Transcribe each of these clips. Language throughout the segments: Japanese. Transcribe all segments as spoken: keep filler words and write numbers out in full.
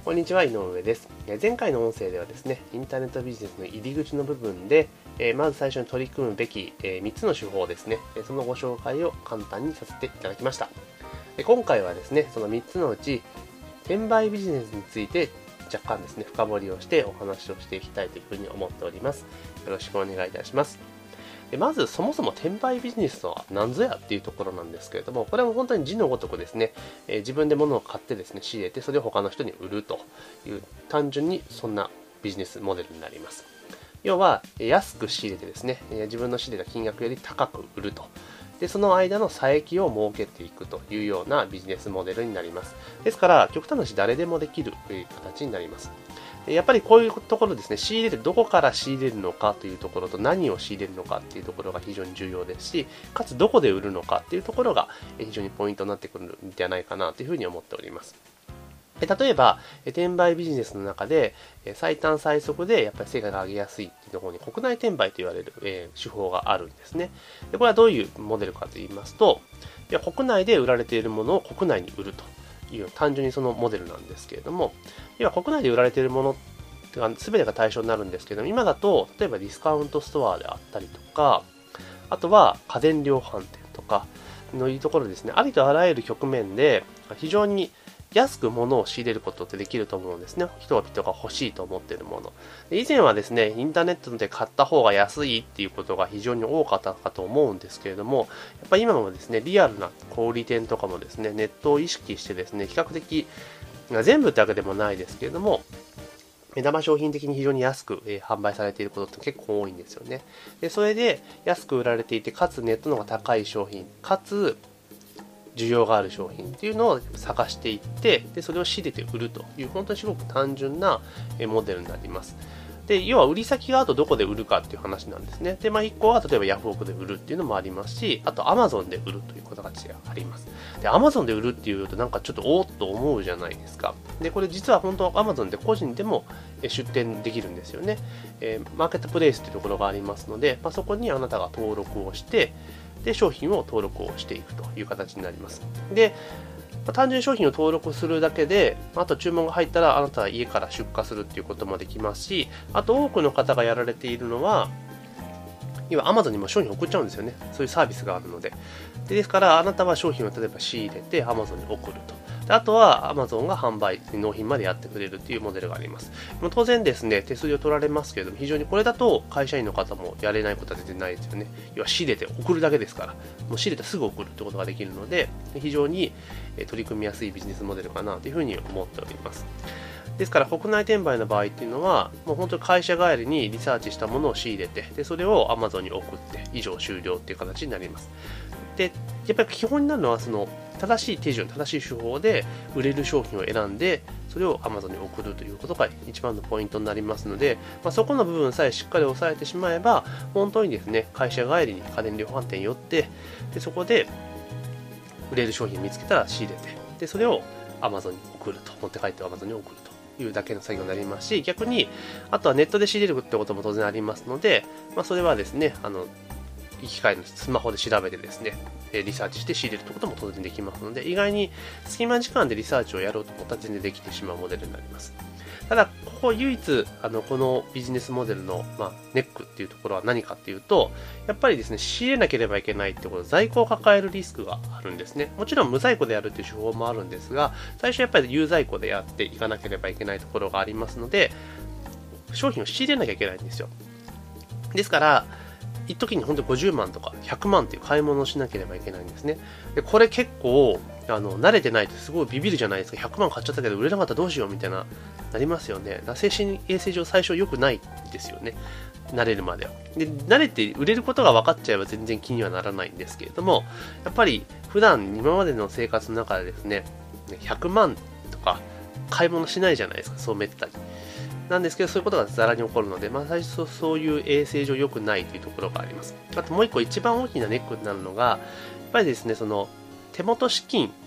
こんにちは、井上です。前回の音声ではですね、インターネットビジネスの入り口の部分で、まず最初に取り組むべきみっつの手法ですね、そのご紹介を簡単にさせていただきました。今回はですね、そのみっつのうち、転売ビジネスについて若干ですね、深掘りをしてお話をしていきたいというふうに思っております。よろしくお願いいたします。でまずそもそも転売ビジネスとは何ぞやっていうところなんですけれども、これはもう本当に字のごとくですね、えー、自分で物を買ってですね、仕入れてそれを他の人に売るという単純にそんなビジネスモデルになります。要は安く仕入れてですね、自分の仕入れた金額より高く売ると。でその間の差益を設けていくというようなビジネスモデルになります。ですから極端な話誰でもできる形になります。やっぱりこういうところですね、仕入れる、どこから仕入れるのかというところと何を仕入れるのかっていうところが非常に重要ですし、かつどこで売るのかっていうところが非常にポイントになってくるんじゃないかなというふうに思っております。例えば、転売ビジネスの中で最短最速でやっぱり成果が上げやすいっていうところに国内転売と言われる手法があるんですね。でこれはどういうモデルかと言いますと、いや国内で売られているものを国内に売ると。いう単純にそのモデルなんですけれども、要は国内で売られているものが全てが対象になるんですけども、今だと例えばディスカウントストアであったりとか、あとは家電量販店とかのいうところですね、ありとあらゆる局面で非常に安く物を仕入れることってできると思うんですね。人々が欲しいと思っているもの。以前はですね、インターネットで買った方が安いっていうことが非常に多かったかと思うんですけれども、やっぱり今もですね、リアルな小売店とかもですね、ネットを意識してですね、比較的、全部ってわけでもないですけれども、目玉商品的に非常に安く、えー、販売されていることって結構多いんですよね。で、それで安く売られていて、かつネットの方が高い商品、かつ需要がある商品っていうのを探していって、でそれを仕入れて売るという本当にすごく単純なモデルになります。で要は売り先があとどこで売るかっていう話なんですね。でまあいっこは例えばヤフオクで売るっていうのもありますし、あと Amazon で売るという形があります。で Amazon で売るっていうとなんかちょっとおーっと思うじゃないですか。でこれ実は本当は Amazon で個人でも出店できるんですよね。えー、マーケットプレイスっていうところがありますので、まあ、そこにあなたが登録をしてで商品を登録をしていくという形になります。で、まあ、単純に商品を登録するだけで、あと注文が入ったらあなたは家から出荷するっていうこともできますし、あと多くの方がやられているのは、要は Amazon にも商品を送っちゃうんですよね。そういうサービスがあるので。でですから、あなたは商品を例えば仕入れて Amazon に送ると。であとは Amazon が販売、納品までやってくれるというモデルがあります。もう当然ですね、手数料取られますけれども、非常にこれだと会社員の方もやれないことは全然ないですよね。要は仕入れて送るだけですから、もう仕入れてすぐ送るってことができるので、非常に取り組みやすいビジネスモデルかなというふうに思っております。ですから国内転売の場合っていうのはもう本当に会社帰りにリサーチしたものを仕入れて、でそれを Amazon に送って以上終了っていう形になります。でやっぱり基本になるのはその正しい手順、正しい手法で売れる商品を選んでそれを Amazon に送るということが一番のポイントになりますので、まあ、そこの部分さえしっかり押さえてしまえば本当にですね、会社帰りに家電量販店に寄ってでそこで売れる商品を見つけたら仕入れて、でそれを Amazon に送ると、持って帰って Amazon に送るというだけの作業になりますし、逆にあとはネットで仕入れるってことも当然ありますので、まあ、それはですね、あの機械のスマホで調べてですね、リサーチして仕入れるってことも当然できますので、意外に隙間時間でリサーチをやろうと思ったら全然できてしまうモデルになります。ただここ唯一あのこのビジネスモデルの、まあ、ネックっていうところは何かっていうと、やっぱりですね、仕入れなければいけないってこと、在庫を抱えるリスクがあるんですね。もちろん無在庫でやるっていう手法もあるんですが、最初やっぱり有在庫でやっていかなければいけないところがありますので、商品を仕入れなきゃいけないんですよ。ですから一時に本当にごじゅうまんとかひゃくまんっていう買い物をしなければいけないんですね。でこれ結構あの慣れてないとすごいビビるじゃないですか。ひゃくまん買っちゃったけど売れなかったらどうしようみたいななりますよね。精神衛生上最初良くないですよね、慣れるまでは。で慣れて売れることが分かっちゃえば全然気にはならないんですけれども、やっぱり普段今までの生活の中でですね、ひゃくまんとか買い物しないじゃないですか、そうめったになんですけど、そういうことがザラに起こるので、まあ、最初そういう衛生上良くないというところがあります。あともう一個一番大きなネックになるのが、やっぱりですね、その手元資金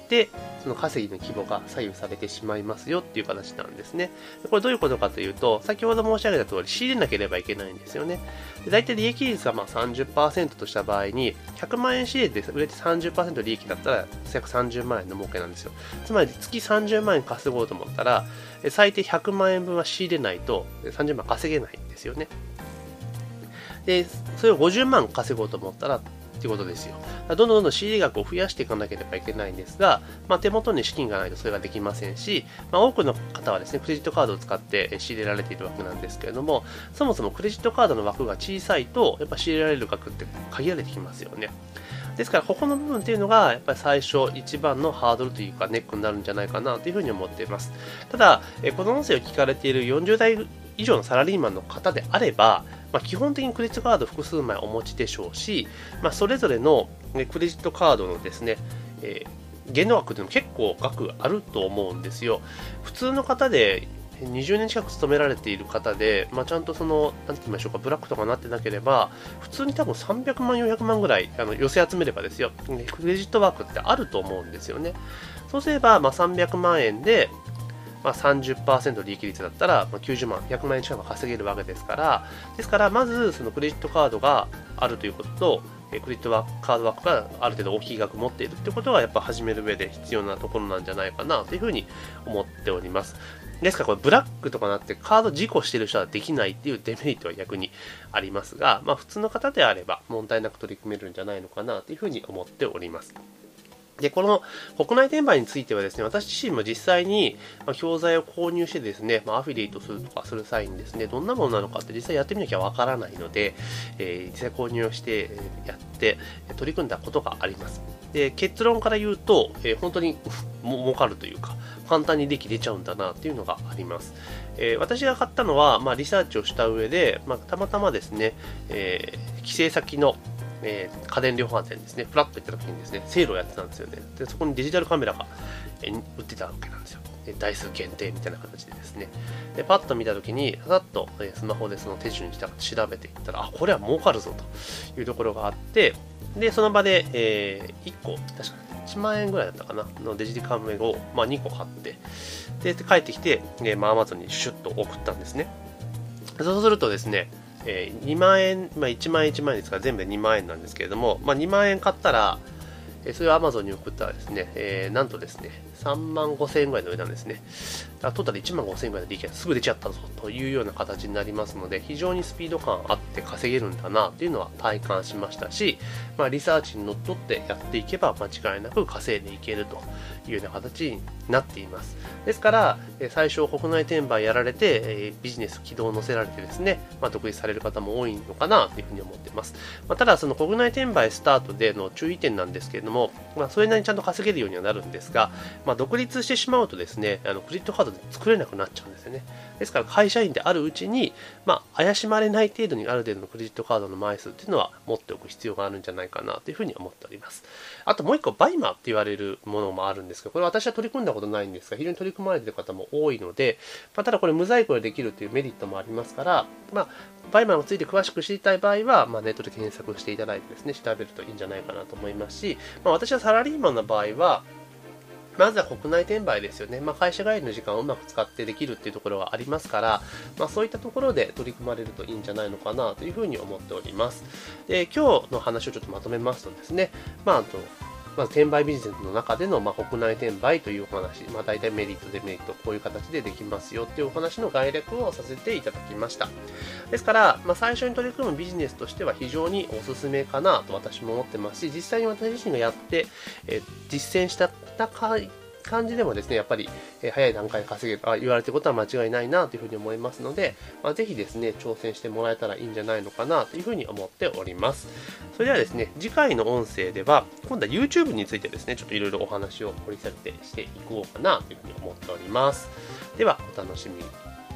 てその稼ぎの規模が左右されてしまいますよっていう形なんですね。これどういうことかというと、先ほど申し上げた通り仕入れなければいけないんですよね。で大体利益率がまあ さんじゅっパーセント とした場合に、ひゃくまんえん仕入れて売れて さんじゅっパーセント 利益だったら約さんじゅうまんえんの儲けなんですよ。つまり月さんじゅうまんえん稼ごうと思ったら、最低ひゃくまんえんぶんは仕入れないとさんじゅうまん稼げないんですよね。で、それをごじゅうまん稼ごうと思ったらっていうことですよ。どんどんどんどん仕入れ額を増やしていかなければいけないんですが、まあ、手元に資金がないとそれができませんし、まあ、多くの方はですね、クレジットカードを使って仕入れられているわけなんですけれども、そもそもクレジットカードの枠が小さいと、やっぱ仕入れられる額って限られてきますよね。ですから、ここの部分っていうのが、やっぱり最初一番のハードルというか、ネックになるんじゃないかなというふうに思っています。ただ、この音声を聞かれているよんじゅうだい以上のサラリーマンの方であれば、まあ、基本的にクレジットカード複数枚お持ちでしょうし、まあ、それぞれのクレジットカードのですね、えー、限度額というのも結構額あると思うんですよ。普通の方でにじゅうねん近く勤められている方で、まあ、ちゃんとその、なんて言いましょうか、ブラックとかなってなければ、普通に多分さんびゃくまん、よんひゃくまんぐらいあの寄せ集めればですよ、クレジットワークってあると思うんですよね。そうすれば、まあ、さんびゃくまんえんで、まあ、さんじゅっパーセント 利益率だったら、まあ、きゅうじゅうまん、ひゃくまんえん近く稼げるわけですから、ですから、まずそのクレジットカードがあるということと、クレジットカード枠がある程度大きい額持っているということがやっぱ始める上で必要なところなんじゃないかなというふうに思っております。ですからこれブラックとかなってカード事故している人はできないっていうデメリットは逆にありますが、まあ、普通の方であれば問題なく取り組めるんじゃないのかなというふうに思っております。で、この国内転売についてはですね、私自身も実際に教材を購入してですね、まあ、アフィリエイトするとかする際にですね、どんなものなのかって実際やってみなきゃわからないので、えー、実際購入をしてやって取り組んだことがあります。で、結論から言うと、えー、本当に儲かるというか、簡単に利益出ちゃうんだなっていうのがあります。えー、私が買ったのは、まあ、リサーチをした上で、まあ、たまたまですね、えー、帰省先のえー、家電量販店ですね、フラッと行った時にですね、セールをやってたんですよね。で、そこにデジタルカメラが、えー、売ってたわけなんですよ。台数限定みたいな形でですね。で、パッと見た時に、さっと、えー、スマホでその手順に従って調べていったら、あ、これは儲かるぞというところがあって、で、その場で、えー、いっこ、確かいちまんえんぐらいだったかな、のデジカメを、まあ、にこ買って、で、帰ってきて、えー、まあ、アマゾンにシュッと送ったんですね。そうするとですね、えー、にまんえん、まあ、いちまんえんいちまんえんですから全部でにまんえんなんですけれども、まあ、にまんえん買ったら、えー、それを Amazon に送ったらですね、えー、なんとですね、さんまんごせんえんぐらいの値段ですね。トータルいちまんごせんえんぐらいの利益がすぐ出ちゃったぞというような形になりますので、非常にスピード感あって稼げるんだなというのは体感しましたし、まあ、リサーチにのっとってやっていけば間違いなく稼いでいけるというような形になっています。ですから、最初国内転売やられてビジネス軌道を乗せられてですね、まあ、独立される方も多いのかなというふうに思っています。まあ、ただ、その国内転売スタートでの注意点なんですけれども、まあ、それなりにちゃんと稼げるようにはなるんですが、まあ、独立してしまうとですね、あのクレジットカードで作れなくなっちゃうんですよね。ですから会社員であるうちに、まあ、怪しまれない程度にある程度のクレジットカードの枚数っていうのは持っておく必要があるんじゃないかなというふうに思っております。あともう一個、バイマーって言われるものもあるんですけど、これ私は取り組んだことないんですが、非常に取り組まれている方も多いので、まあ、ただこれ無在庫でできるというメリットもありますから、まあ、バイマーについて詳しく知りたい場合は、まあ、ネットで検索していただいてですね、調べるといいんじゃないかなと思いますし、まあ、私はサラリーマンの場合は、まずは国内転売ですよね。まあ、会社帰りの時間をうまく使ってできるっていうところがありますから、まあ、そういったところで取り組まれるといいんじゃないのかなというふうに思っております。で、今日の話をちょっとまとめますとですね、まあ、あと、まず転売ビジネスの中での、まあ、国内転売というお話、まあ、大体メリット、デメリット、こういう形でできますよっていうお話の概略をさせていただきました。ですから、まあ、最初に取り組むビジネスとしては非常におすすめかなと私も思ってますし、実際に私自身がやって、えー、実践した感じでもですね、やっぱり、えー、早い段階で稼げる、あ、言われていることは間違いないなというふうに思いますので、まあ、ぜひですね、挑戦してもらえたらいいんじゃないのかなというふうに思っております。それではですね、次回の音声では、今度は YouTube についてですね、ちょっといろいろお話を掘り下げてしていこうかなというふうに思っております。では、お楽しみに。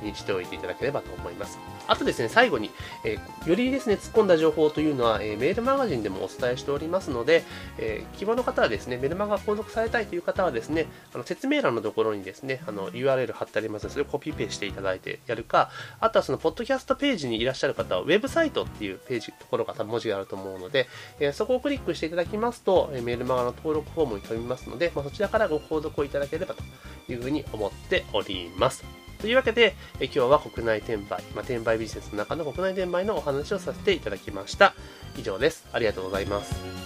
にしておいていただければと思います。あとですね、最後に、えー、よりですね、突っ込んだ情報というのは、えー、メールマガジンでもお伝えしておりますので、えー、希望の方はですね、メルマガ購読されたいという方はですね、あの説明欄のところにですね、あの ユーアールエル 貼ってありますので、それをコピペしていただいてやるか、あとはそのポッドキャストページにいらっしゃる方は、ウェブサイトっていうページ、ところが多分文字があると思うので、えー、そこをクリックしていただきますと、えー、メールマガの登録フォームに飛びますので、まあ、そちらからご購読をいただければというふうに思っております。というわけで、え今日は国内転売、まあ、転売ビジネスの中の国内転売のお話をさせていただきました。以上です。ありがとうございます。